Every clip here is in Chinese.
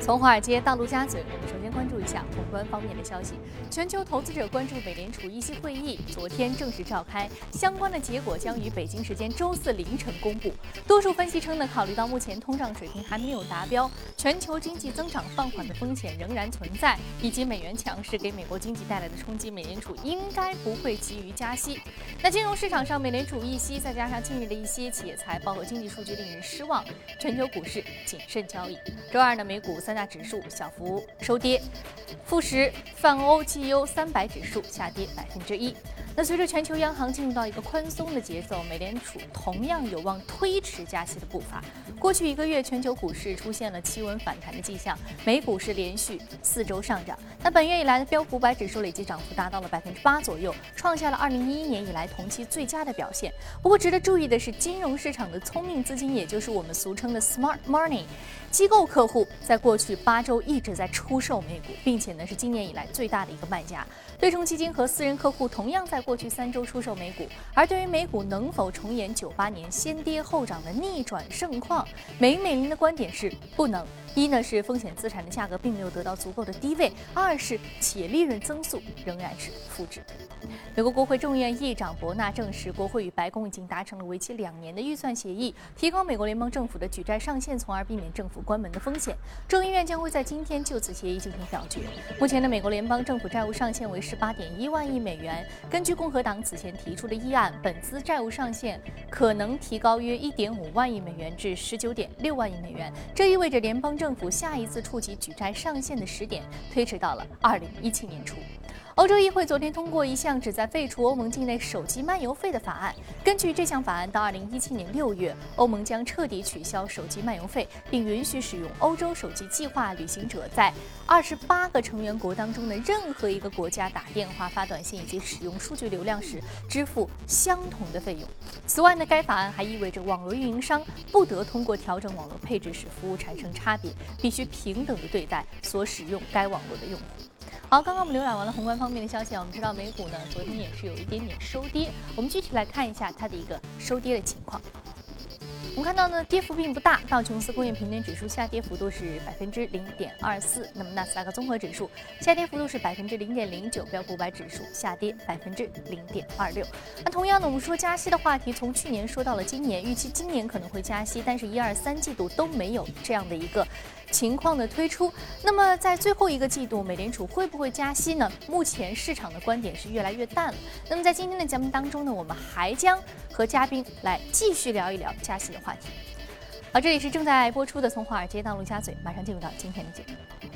从华尔街到陆家嘴，我们首先关注一下宏观方面的消息。全球投资者关注美联储议息会议昨天正式召开，相关的结果将于北京时间周四凌晨公布。多数分析称呢，考虑到目前通胀水平还没有达标，全球经济增长放缓的风险仍然存在，以及美元强势给美国经济带来的冲击，美联储应该不会急于加息。那金融市场上，美联储议息再加上近日的一些企业财报和经济数据令人失望，全球股市谨慎交易。周二呢，美股三大指数小幅收跌，富时、泛欧、绩优300指数下跌1%。那随着全球央行进入到一个宽松的节奏，美联储同样有望推迟加息的步伐。过去1个月，全球股市出现了企稳反弹的迹象，美股是连续4周上涨。那本月以来的标普500指数累计涨幅达到了8%左右，创下了2011年以来同期最佳的表现。不过值得注意的是，金融市场的聪明资金，也就是我们俗称的 smart money， 机构客户在过去8周一直在出售美股，并且呢是今年以来最大的一个卖家。对冲基金和私人客户同样在过去3周出售美股。而对于美股能否重演98年先跌后涨的逆转盛况，美林的观点是不能。一呢是风险资产的价格并没有得到足够的低位，二是企业利润增速仍然是负值。美国国会众议院议长伯纳证实，国会与白宫已经达成了为期2年的预算协议，提高美国联邦政府的举债上限，从而避免政府关门的风险。众议院将会在今天就此协议进行表决。目前的美国联邦政府债务上限为18.1万亿美元。根据共和党此前提出的议案，本次债务上限可能提高约1.5万亿美元至19.6万亿美元。这意味着联邦政府下一次触及举债上限的时点推迟到了2017年初。欧洲议会昨天通过一项旨在废除欧盟境内手机漫游费的法案。根据这项法案，到2017年6月，欧盟将彻底取消手机漫游费，并允许使用欧洲手机计划旅行者在28个成员国当中的任何一个国家打电话、发短信以及使用数据流量时支付相同的费用。此外呢，该法案还意味着网络运营商不得通过调整网络配置使服务产生差别，必须平等地对待所使用该网络的用户。好，刚刚我们浏览完了宏观方面的消息，我们知道美股呢昨天也是有一点点收跌，我们具体来看一下它的一个收跌的情况。我们看到呢，跌幅并不大，道琼斯工业平均指数下跌幅度是0.24%，那么纳斯达克综合指数下跌幅度是0.09%，标普500指数下跌0.26%。那同样呢，我们说加息的话题，从去年说到了今年，预期今年可能会加息，但是1、2、3季度都没有这样的一个情况的推出。那么在最后1个季度，美联储会不会加息呢？目前市场的观点是越来越淡了。那么在今天的节目当中呢，我们还将和嘉宾来继续聊一聊加息的话题。好，这里是正在播出的《从华尔街到陆家嘴》，马上进入到今天的节目。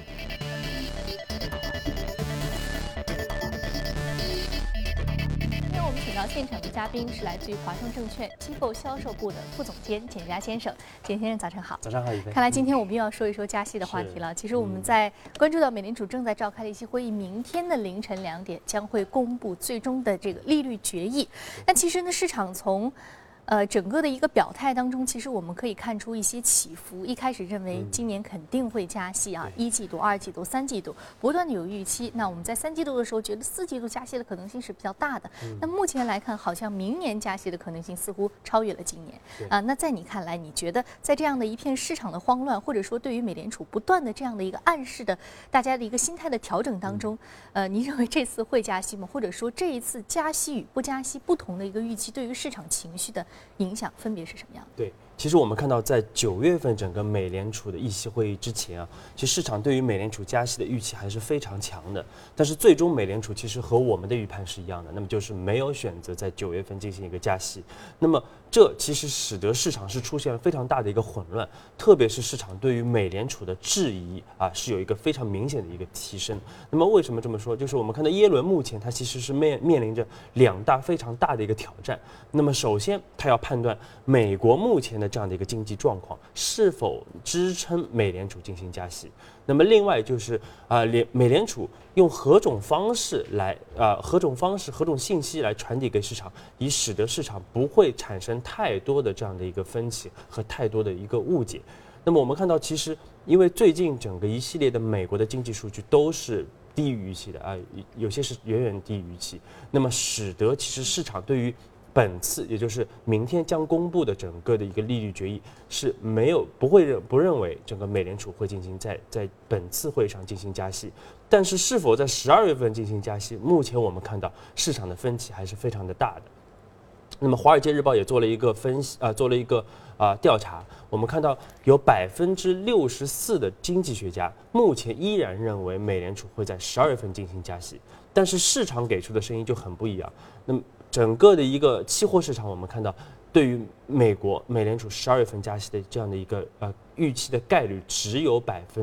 今天我们请到现场的嘉宾是来自于华盛证券机构销售部的副总监简佳先生。简先生，早上好。 早上好，宇飞。 看来今天我们又要说一说加息的话题了。其实我们在关注到美联储正在召开的一些会议，明天的凌晨2点将会公布最终的这个利率决议。那其实呢，市场从整个的一个表态当中，其实我们可以看出一些起伏。一开始认为今年肯定会加息啊，1季度、2季度、3季度不断的有预期。那我们在3季度的时候觉得4季度加息的可能性是比较大的。那目前来看，好像明年加息的可能性似乎超越了今年啊。那在你看来，你觉得在这样的一片市场的慌乱，或者说对于美联储不断的这样的一个暗示的大家的一个心态的调整当中，你认为这次会加息吗？或者说这一次加息与不加息不同的一个预期，对于市场情绪的影响分别是什么样的？ 对，其实我们看到，在9月份整个美联储的议息会议之前啊，其实市场对于美联储加息的预期还是非常强的。但是最终美联储其实和我们的预判是一样的，那么就是没有选择在9月份进行一个加息。那么这其实使得市场是出现了非常大的一个混乱，特别是市场对于美联储的质疑啊是有一个非常明显的一个提升。那么为什么这么说？就是我们看到耶伦目前他其实是面临着2大非常大的一个挑战。那么首先他要判断美国目前的这样的一个经济状况是否支撑美联储进行加息。那么另外就是美联储用何种方式来何种信息来传递给市场，以使得市场不会产生太多的这样的一个分歧和太多的一个误解。那么我们看到，其实因为最近整个一系列的美国的经济数据都是低于预期的有些是远远低于预期，那么使得其实市场对于本次也就是明天将公布的整个的一个利率决议是不认为整个美联储会进行在本次会上进行加息，但是是否在12月份进行加息，目前我们看到市场的分歧还是非常的大的。那么《华尔街日报》也做了一个分析做了一个调查，我们看到有64%的经济学家目前依然认为美联储会在12月份进行加息，但是市场给出的声音就很不一样。那么整个的一个期货市场，我们看到对于美联储12月份加息的这样的一个预期的概率只有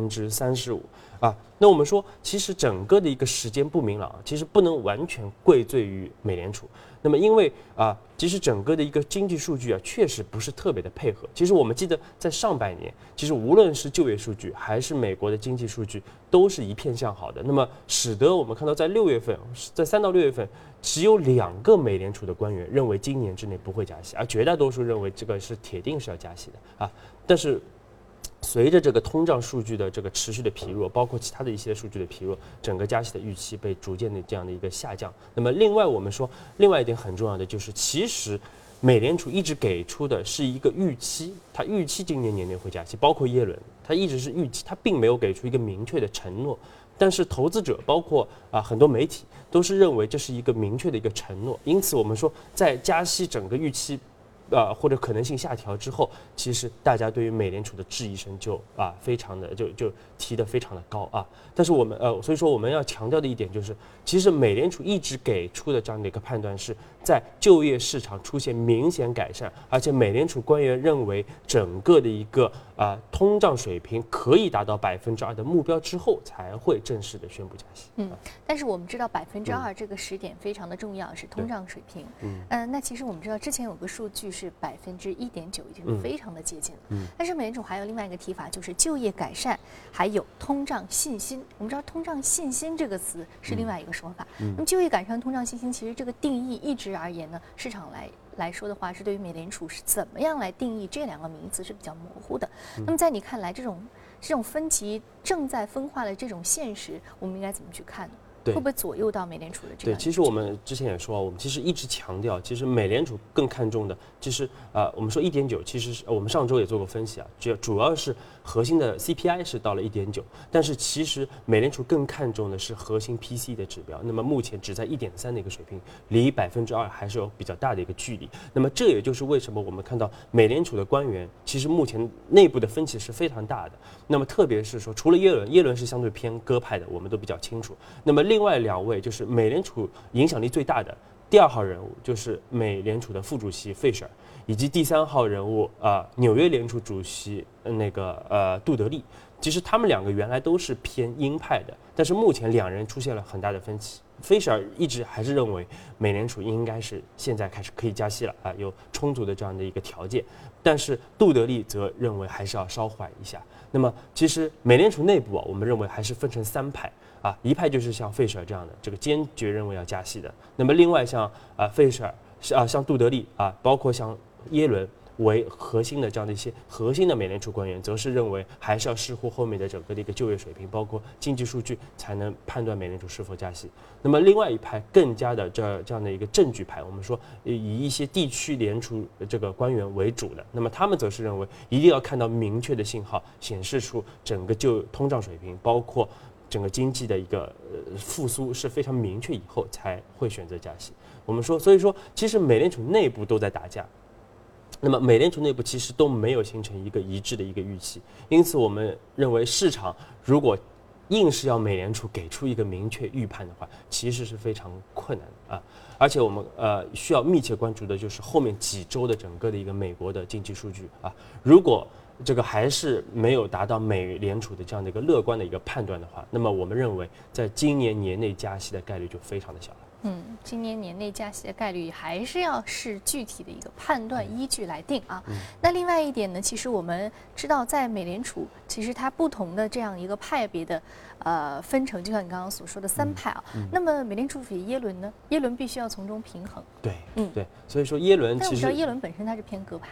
35%啊。那我们说，其实整个的一个时间不明朗，其实不能完全归罪于美联储。那么因为其实整个的一个经济数据确实不是特别的配合。其实我们记得在上半年，其实无论是就业数据还是美国的经济数据，都是一片向好的。那么使得我们看到在6月份，在3到6月份，只有2个美联储的官员认为今年之内不会加息，而绝大多数认为这个是铁定是要加息的但是随着这个通胀数据的这个持续的疲弱，包括其他的一些数据的疲弱，整个加息的预期被逐渐的这样的一个下降。那么另外我们说，另外一点很重要的就是，其实美联储一直给出的是一个预期，它预期今年年内会加息，包括耶伦，它一直是预期，它并没有给出一个明确的承诺。但是投资者包括很多媒体都是认为这是一个明确的一个承诺，因此我们说在加息整个预期或者可能性下调之后，其实大家对于美联储的质疑声就非常的就提得非常的高但是我们所以说我们要强调的一点就是，其实美联储一直给出的这样的一个判断是在就业市场出现明显改善，而且美联储官员认为整个的一个通胀水平可以达到2%的目标之后，才会正式的宣布加息。 但是我们知道2%这个时点非常的重要，是通胀水平。那其实我们知道之前有个数据是1.9%，已经是非常的接近了。但是美联储还有另外一个提法，就是就业改善，还有通胀信心。我们知道通胀信心这个词是另外一个说法。那么就业改善、通胀信心，其实这个定义一直而言呢，市场来说的话，是对于美联储是怎么样来定义这2个名词是比较模糊的。那么在你看来，这种分歧正在分化的这种现实，我们应该怎么去看呢？会不会左右到美联储的这个？ 对，其实我们之前也说，我们其实一直强调，其实美联储更看重的，其实我们说1.9，其实是我们上周也做过分析主要是核心的 CPI 是到了1.9，但是其实美联储更看重的是核心 PC 的指标，那么目前只在1.3的一个水平，离2%还是有比较大的一个距离。那么这也就是为什么我们看到美联储的官员其实目前内部的分歧是非常大的。那么特别是说，除了耶伦是相对偏鸽派的，我们都比较清楚。那么另外2位就是美联储影响力最大的第2号人物，就是美联储的副主席费舍尔，以及第3号人物纽约联储主席杜德利。其实他们2个原来都是偏鹰派的，但是目前2人出现了很大的分歧。费舍尔一直还是认为美联储应该是现在开始可以加息了有充足的这样的一个条件，但是杜德利则认为还是要稍缓一下。那么其实美联储内部我们认为还是分成3派一派就是像费舍尔这样的这个坚决认为要加息的，那么另外像费舍尔像杜德利包括像耶伦为核心的这样的一些核心的美联储官员，则是认为还是要视乎后面的整个的一个就业水平，包括经济数据，才能判断美联储是否加息。那么另外一派更加的这样的一个证据派，我们说以一些地区联储这个官员为主的，那么他们则是认为一定要看到明确的信号，显示出整个通胀水平，包括整个经济的一个复苏是非常明确以后，才会选择加息。我们说，所以说其实美联储内部都在打架。那么美联储内部其实都没有形成一个一致的一个预期，因此我们认为市场如果硬是要美联储给出一个明确预判的话，其实是非常困难的而且我们需要密切关注的就是后面几周的整个的一个美国的经济数据如果这个还是没有达到美联储的这样的一个乐观的一个判断的话，那么我们认为在今年年内加息的概率就非常的小了。 今年年内加息的概率还是要视具体的一个判断依据来定那另外一点呢，其实我们知道，在美联储，其实它不同的这样一个派别的分成，就像你刚刚所说的3派那么美联储主席耶伦呢，耶伦必须要从中平衡。 对，所以说耶伦其实， 但我们知道耶伦本身他是偏鸽派。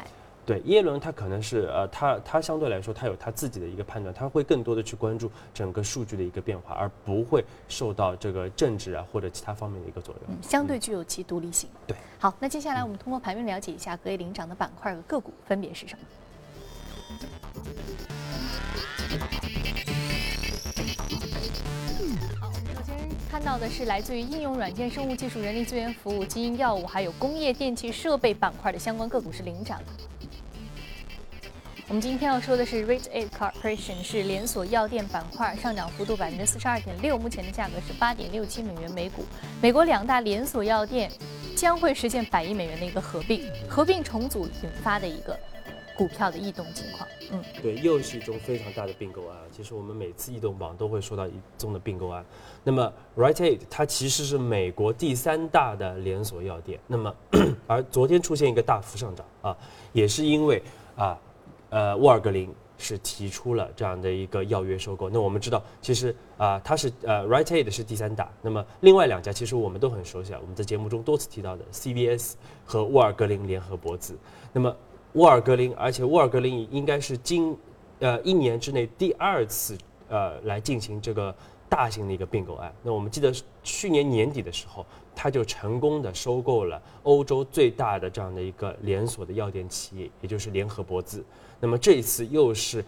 对，耶伦他可能是他相对来说他有他自己的一个判断，他会更多的去关注整个数据的一个变化，而不会受到这个政治啊或者其他方面的一个左右。 相对具有其独立性。 对。 好，那接下来我们通过盘面了解一下隔夜领涨的板块和个股分别是什么。看到的是来自于应用软件、生物技术、人力资源服务、基因药物，还有工业电气设备板块的相关个股是领涨的。我们今天要说的是 Rite Aid Corporation， 是连锁药店板块，上涨幅度42.6%，目前的价格是8.67美元每股。美国2大连锁药店将会实现100亿美元的一个合并重组引发的一个股票的异动情况。 对，又是一宗非常大的并购案。其实我们每次异动榜都会说到一宗的并购案。那么 Rite Aid 它其实是美国第3大的连锁药店。那么而昨天出现一个大幅上涨啊，也是因为沃尔格林是提出了这样的一个要约收购。那我们知道，其实它是Rite Aid 是第3大，那么另外2家其实我们都很熟悉啊，我们在节目中多次提到的 CVS 和沃尔格林联合脖子。那么沃尔格林，而且沃尔格林应该是1年之内第2次来进行这个大型的一个并购案。那我们记得去年年底的时候，他就成功的收购了欧洲最大的这样的一个连锁的药店企业，也就是联合脖子。那么这一次又是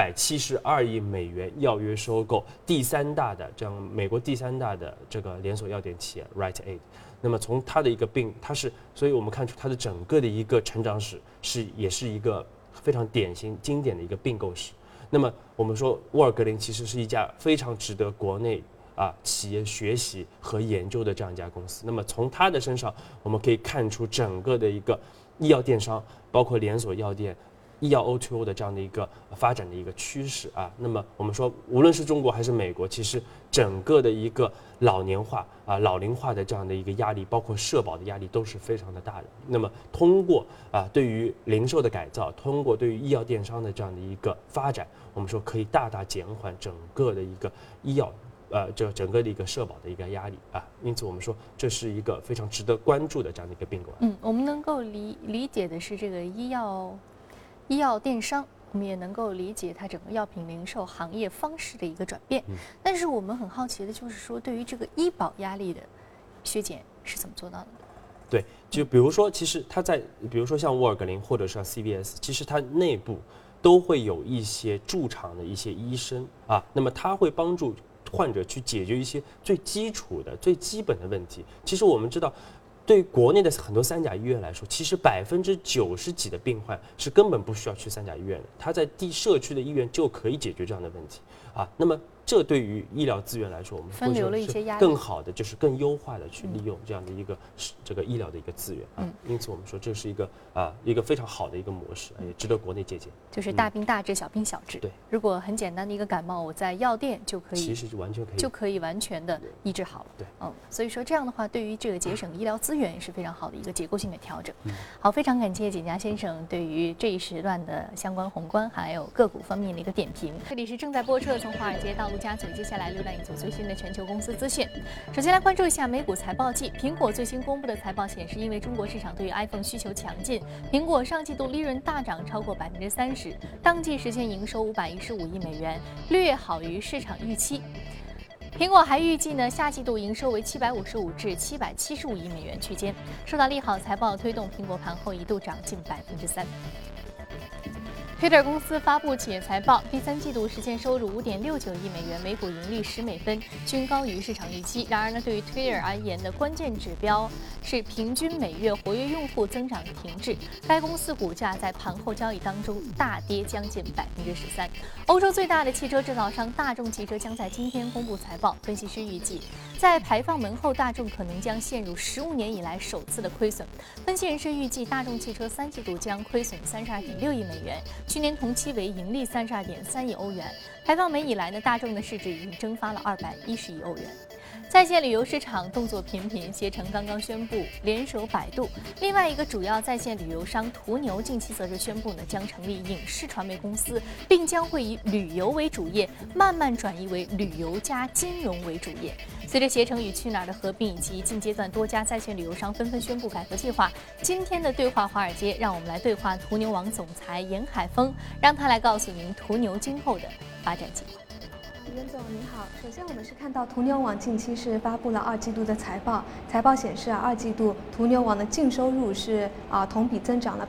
172亿美元要约收购第3大的这样美国第3大的这个连锁药店企业 Rite Aid。那么从它的一个所以我们看出它的整个的一个成长史也是一个非常典型经典的一个并购史。那么我们说沃尔格林其实是一家非常值得国内企业学习和研究的这样一家公司。那么从它的身上我们可以看出整个的一个医药电商，包括连锁药店、医药 O2O 的这样的一个发展的一个趋势啊。那么我们说，无论是中国还是美国，其实整个的一个老龄化的这样的一个压力，包括社保的压力都是非常的大的。那么通过对于零售的改造，通过对于医药电商的这样的一个发展，我们说可以大大减缓整个的一个医药这整个的一个社保的一个压力啊。因此我们说这是一个非常值得关注的这样的一个并购案。 我们能够理解的是这个医药电商，我们也能够理解它整个药品零售行业方式的一个转变。但是我们很好奇的就是说，对于这个医保压力的削减是怎么做到的？ 对，就比如说，其实它比如说像沃尔格林或者是像 CVS， 其实它内部都会有一些驻场的一些医生啊，那么他会帮助患者去解决一些最基础的、最基本的问题。其实我们知道，对国内的很多3甲医院来说，其实90%几的病患是根本不需要去3甲医院的，他在社区的医院就可以解决这样的问题啊。那么这对于医疗资源来说，我们分流了一些压力， 更好的就是更优化的去利用这样的一个这个医疗的一个资源啊。因此我们说这是一个非常好的一个模式，也值得国内借鉴。 就是大病大治，小病小治。 对， 如果很简单的一个感冒，我在药店就可以， 其实就可以完全的医治好了。 对， 所以说这样的话，对于这个节省医疗资源也是非常好的一个结构性的调整。好，非常感谢简佳先生对于这一时段的相关宏观还有个股方面的一个点评。这里是正在播出的从华尔街到陆家嘴，接下来浏览一组最新的全球公司资讯。首先来关注一下美股财报季，苹果最新公布的财报显示，因为中国市场对于 iPhone 需求强劲，苹果上季度利润大涨超过30%，当季实现营收515亿美元，略好于市场预期。苹果还预计呢，下季度营收为755至775亿美元区间。受到利好财报推动，苹果盘后一度涨近3%。Twitter 公司发布企业财报，第3季度实现收入5.69亿美元，每股盈利10美分，均高于市场预期。然而呢，对于 Twitter 而言的关键指标是平均每月活跃用户增长停滞，该公司股价在盘后交易当中大跌将近13%。欧洲最大的汽车制造商大众汽车将在今天公布财报，分析师预计，在排放门后，大众可能将陷入15年以来首次的亏损。分析人士预计，大众汽车3季度将亏损32.6亿美元。去年同期为盈利32.3亿欧元。排放门以来呢，大众的市值已经蒸发了210亿欧元。 在线旅游市场动作频频，携程刚刚宣布联手百度，另外一个主要在线旅游商途牛近期则是宣布将成立影视传媒公司，并将会以旅游为主业，慢慢转移为旅游加金融为主业。随着携程与去哪儿的合并以及近阶段多家在线旅游商纷纷宣布改革计划，今天的对话华尔街，让我们来对话途牛网总裁严海峰，让他来告诉您途牛今后的发展计划。 袁总您好，首先我们是看到途牛网近期是发布了2季度的财报，财报显示2季度途牛网的净收入是同比增长了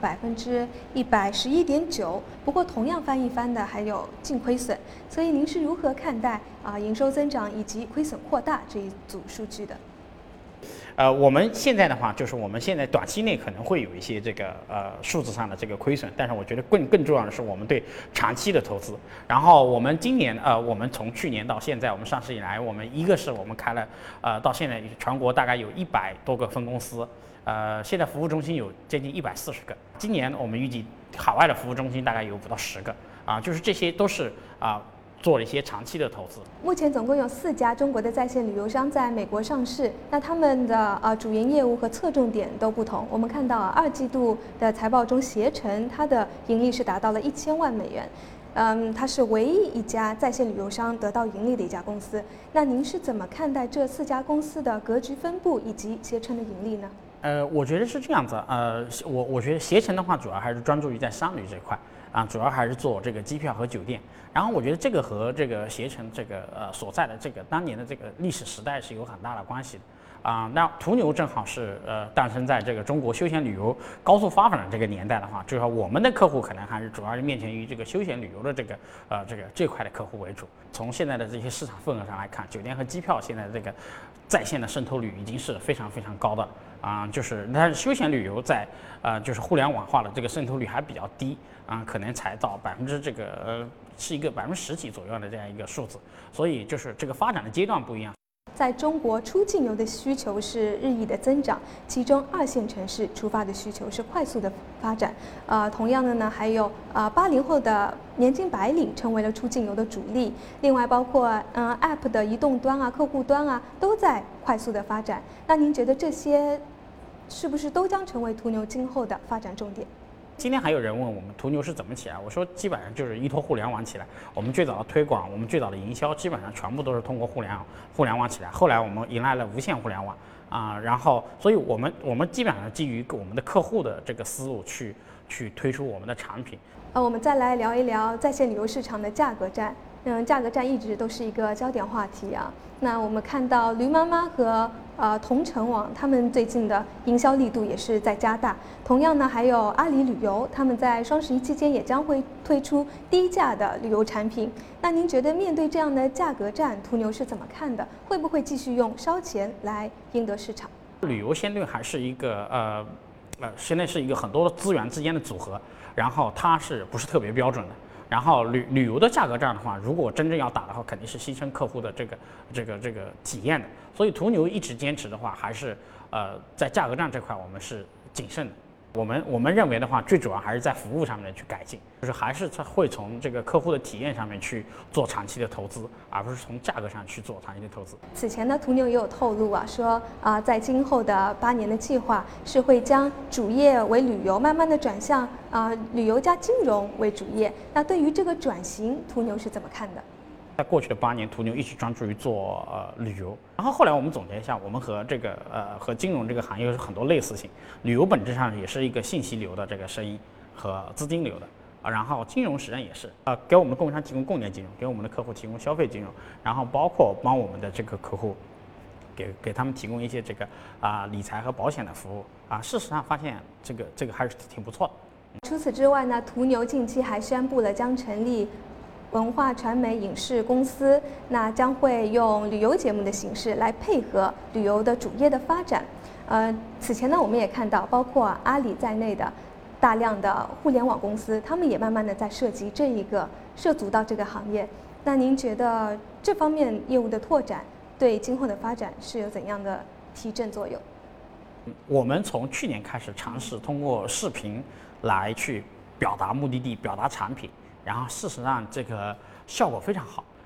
111.9%，不过同样翻一番的还有净亏损，所以您是如何看待营收增长以及亏损扩大这一组数据的？ 我们现在的话，就是我们现在短期内可能会有一些这个数字上的这个亏损，但是我觉得更重要的是我们对长期的投资。然后我们今年我们从去年到现在，我们上市以来，我们一个是我们开了到现在全国大概有100多个分公司，现在服务中心有接近140个。今年我们预计海外的服务中心大概有5到10个就是这些都是做了一些长期的投资。 目前总共有4家中国的在线旅游商在美国上市，那他们的主营业务和侧重点都不同。我们看到2季度的财报中，携程它的盈利是达到了1000万美元，它是唯一一家在线旅游商得到盈利的一家公司。那您是怎么看待这4家公司的格局分布以及携程的盈利呢？ 我觉得是这样子，我觉得携程的话，主要还是专注于在商旅这块主要还是做这个机票和酒店。然后我觉得这个和这个携程这个所在的这个当年的这个历史时代是有很大的关系的那途牛正好是诞生在这个中国休闲旅游高速发展的这个年代的话，至少我们的客户可能还是主要是面前于这个休闲旅游的这块的客户为主。从现在的这些市场份额上来看，酒店和机票现在这个在线的渗透率已经是非常非常高的但是休闲旅游在就是互联网化的这个渗透率还比较低可能才到是一个10%几左右的这样一个数字，所以就是这个发展的阶段不一样。 在中国出境游的需求是日益的增长，其中2线城市出发的需求是快速的发展。同样的呢，还有80后的年轻白领成为了出境游的主力。另外，包括App 的移动端客户端都在快速的发展。那您觉得这些是不是都将成为途牛今后的发展重点？ 今天还有人问我们途牛是怎么起来，我说基本上就是依托互联网起来。我们最早的推广，我们最早的营销，基本上全部都是通过互联网起来。后来我们迎来了无线互联网然后所以我们基本上基于我们的客户的这个思路去推出我们的产品。 我们再来聊一聊在线旅游市场的价格战。价格战一直都是一个焦点话题那我们看到驴妈妈和同城网他们最近的营销力度也是在加大。同样呢，还有阿里旅游，他们在双11期间也将会推出低价的旅游产品。那您觉得面对这样的价格战，途牛是怎么看的？会不会继续用烧钱来赢得市场？ 旅游相对还是一个现在是一个很多资源之间的组合，然后它是不是特别标准的？然后旅游的价格战的话，如果真正要打的话，肯定是牺牲客户的这个体验的。所以途牛一直坚持的话，还是在价格战这块我们是谨慎的。我们认为的话，最主要还是在服务上面去改进，就是还是会从这个客户的体验上面去做长期的投资，而不是从价格上去做长期的投资。 此前呢，途牛也有透露说在今后的8年的计划是会将主业为旅游，慢慢的转向旅游加金融为主业。那对于这个转型，途牛是怎么看的？ 在过去的8年，途牛一直专注于做旅游，然后后来我们总结一下，我们和和金融这个行业有很多类似性。旅游本质上也是一个信息流的这个生意和资金流的然后金融实际上也是给我们的供应商提供供电金融，给我们的客户提供消费金融，然后包括帮我们的这个客户给他们提供一些这个理财和保险的服务事实上发现这个还是挺不错的。 除此之外呢，途牛近期还宣布了将成立文化传媒影视公司，那将会用旅游节目的形式来配合旅游的主业的发展。此前呢，我们也看到，包括阿里在内的大量的互联网公司，他们也慢慢的在涉足到这个行业。那您觉得这方面业务的拓展对今后的发展是有怎样的提振作用？ 我们从去年开始尝试通过视频来去表达目的地、表达产品。然后事实上这个效果非常好，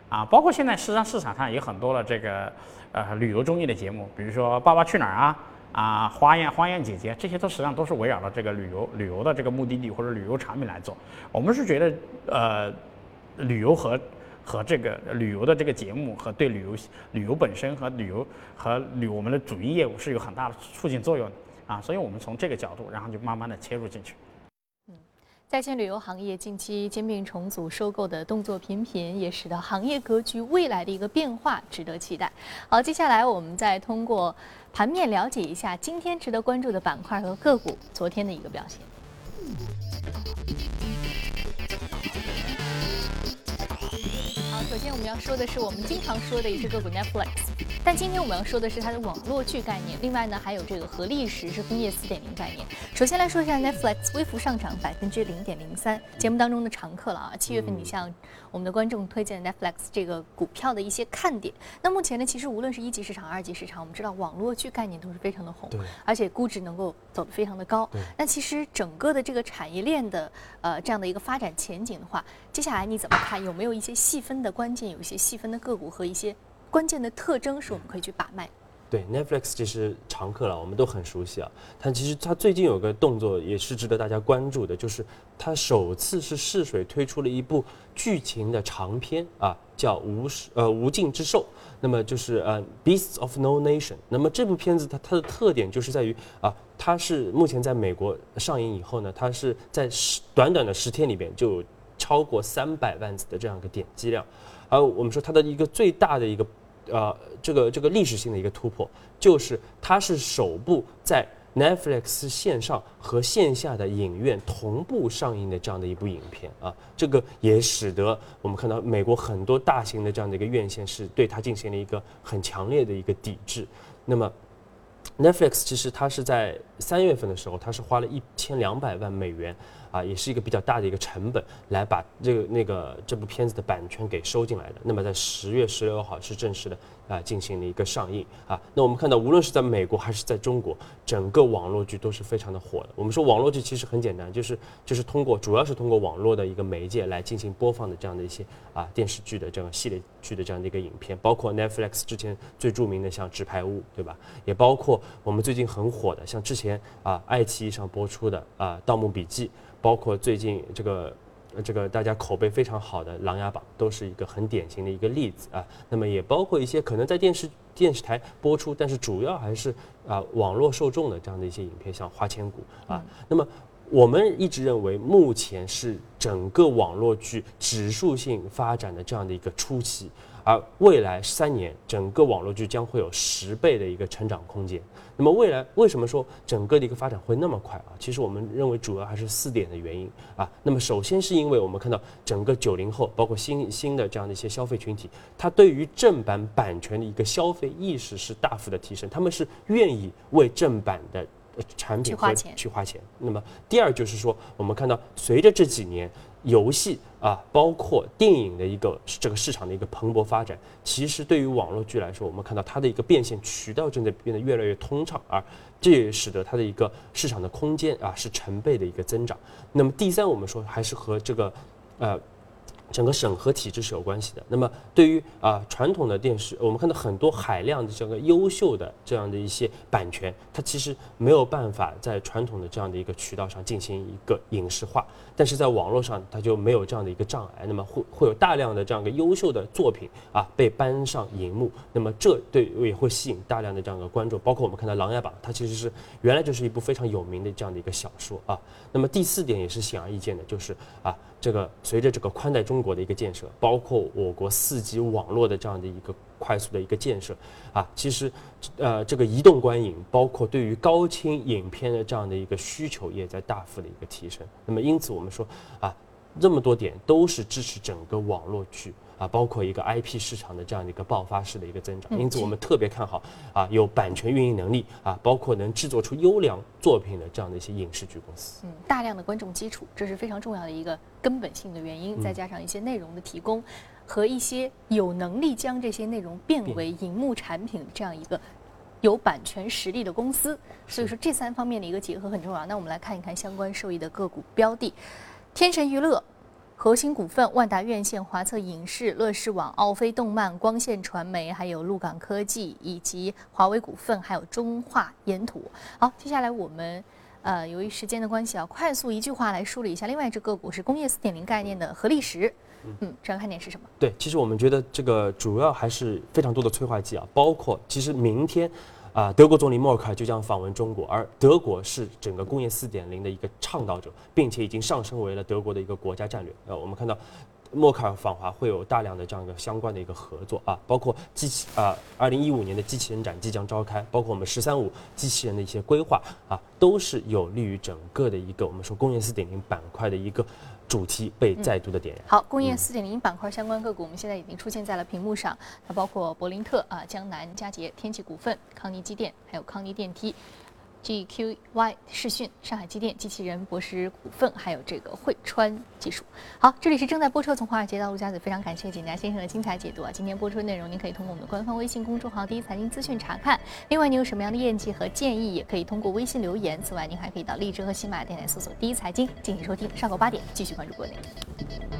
包括现在市场上也很多的这个旅游综艺的节目，比如说《爸爸去哪儿》花样姐姐，这些实际上都是围绕着这个旅游的这个目的地或者旅游产品来做。我们是觉得旅游和这个旅游的这个节目和对旅游本身和我们的主营业务是有很大的促进作用的所以我们从这个角度，然后就慢慢的切入进去。 在线旅游行业近期兼并重组收购的动作频频，也使得行业格局未来的一个变化值得期待。好，接下来我们再通过盘面了解一下今天值得关注的板块和个股昨天的一个表现。好，首先我们要说的是我们经常说的一只个股 Netflix。但今天我们要说的是它的网络剧概念，另外呢还有这个合力时是工业4.0概念。首先来说一下 Netflix 微幅上涨0.03%，节目当中的常客了啊。7月份你向我们的观众推荐 Netflix 这个股票的一些看点。那目前呢，其实无论是1级市场、2级市场，我们知道网络剧概念都是非常的红，而且估值能够走得非常的高。那其实整个的这个产业链的这样的一个发展前景的话，接下来你怎么看？有没有一些细分的关键，有一些细分的个股和一些关键的特征是我们可以去把脉？ 对 Netflix 其实常客了，我们都很熟悉啊。但其实它最近有个动作也是值得大家关注的，就是它首次是试水推出了一部剧情的长片叫无尽之兽。那么就是Beasts of No Nation。那么这部片子它的特点就是在于它是目前在美国上映以后呢，它是在短短的10天里边就有超过300万次的这样一个点击量。而我们说它的一个最大的一个这个历史性的一个突破，就是它是首部在 Netflix 线上和线下的影院同步上映的这样的一部影片这个也使得我们看到美国很多大型的这样的一个院线是对它进行了一个很强烈的一个抵制。那么 Netflix 其实它是在3月份的时候，它是花了1200万美元也是一个比较大的一个成本来把这部片子的版权给收进来的。那么在10月16号是正式的进行了一个上映那我们看到无论是在美国还是在中国，整个网络剧都是非常的火的。我们说网络剧其实很简单，就是主要是通过网络的一个媒介来进行播放的这样的一些电视剧的这样系列剧的这样的一个影片，包括 Netflix 之前最著名的像《纸牌屋》，对吧？也包括我们最近很火的像之前爱奇艺上播出的《盗墓笔记》。包括最近这个大家口碑非常好的《琅琊榜》，都是一个很典型的一个例子那么也包括一些可能在电视台播出，但是主要还是网络受众的这样的一些影片，像《花千骨》那么我们一直认为，目前是整个网络剧指数性发展的这样的一个初期，而未来3年，整个网络剧将会有10倍的一个成长空间。那么未来为什么说整个的一个发展会那么快其实我们认为主要还是4点的原因那么首先是因为我们看到整个90后，包括新的这样的一些消费群体，他对于正版版权的一个消费意识是大幅的提升，他们是愿意为正版的产品去花钱。那么第二就是说，我们看到随着这几年游戏包括电影的一个这个市场的一个蓬勃发展，其实对于网络剧来说，我们看到它的一个变现渠道正在变得越来越通畅，这也使得它的一个市场的空间是成倍的一个增长。那么第三，我们说还是和这个整个审核体制是有关系的。那么对于传统的电视，我们看到很多海量的这个优秀的这样的一些版权，它其实没有办法在传统的这样的一个渠道上进行一个影视化，但是在网络上它就没有这样的一个障碍。那么会有大量的这样一个优秀的作品被搬上荧幕，那么这也会吸引大量的这样的关注。包括我们看到《琅琊榜》，它其实是原来就是一部非常有名的这样的一个小说那么第4点也是显而易见的，就是这个随着这个宽带中国的一个建设，包括我国4G 网络的这样的一个快速的一个建设其实这个移动观影，包括对于高清影片的这样的一个需求也在大幅的一个提升。那么因此我们说这么多点都是支持整个网络剧包括一个 IP 市场的这样的一个爆发式的一个增长。因此我们特别看好有版权运营能力包括能制作出优良作品的这样的一些影视剧公司。 大量的观众基础，这是非常重要的一个根本性的原因，再加上一些内容的提供和一些有能力将这些内容变为荧幕产品这样一个有版权实力的公司。所以说这3方面的一个结合很重要。那我们来看一看相关受益的个股标的。天神娱乐核心股份、万达院线、华策影视、乐视网、奥飞动漫、光线传媒，还有陆港科技，以及华为股份，还有中化研土。好，接下来我们由于时间的关系啊，快速一句话来梳理一下。另外一只个股是工业4.0概念的合力时。主要看点是什么？ 对，其实我们觉得这个主要还是非常多的催化剂啊，包括其实明天德国总理默克尔就将访问中国，而德国是整个工业4.0的一个倡导者，并且已经上升为了德国的一个国家战略。我们看到默克尔访华会有大量的这样一个相关的一个合作啊，包括2015年的机器人展即将召开，包括我们“13.5”机器人的一些规划啊，都是有利于整个的一个我们说工业4.0板块的一个主题被再度的点燃。 好，工业4.0板块相关个股，我们现在已经出现在了屏幕上，它包括柏林特江南嘉捷、天齐股份、康尼机电，还有康尼电梯。GQY 视讯、上海机电、机器人、博时股份，还有这个汇川技术。好，这里是正在播出从华尔街到陆家嘴，非常感谢简家先生的精彩解读啊！今天播出的内容您可以通过我们的官方微信公众号“第一财经资讯”查看。另外，您有什么样的业绩和建议，也可以通过微信留言。此外，您还可以到荔枝和喜马拉雅电台搜索“第一财经”进行收听。上午8点继续关注国内。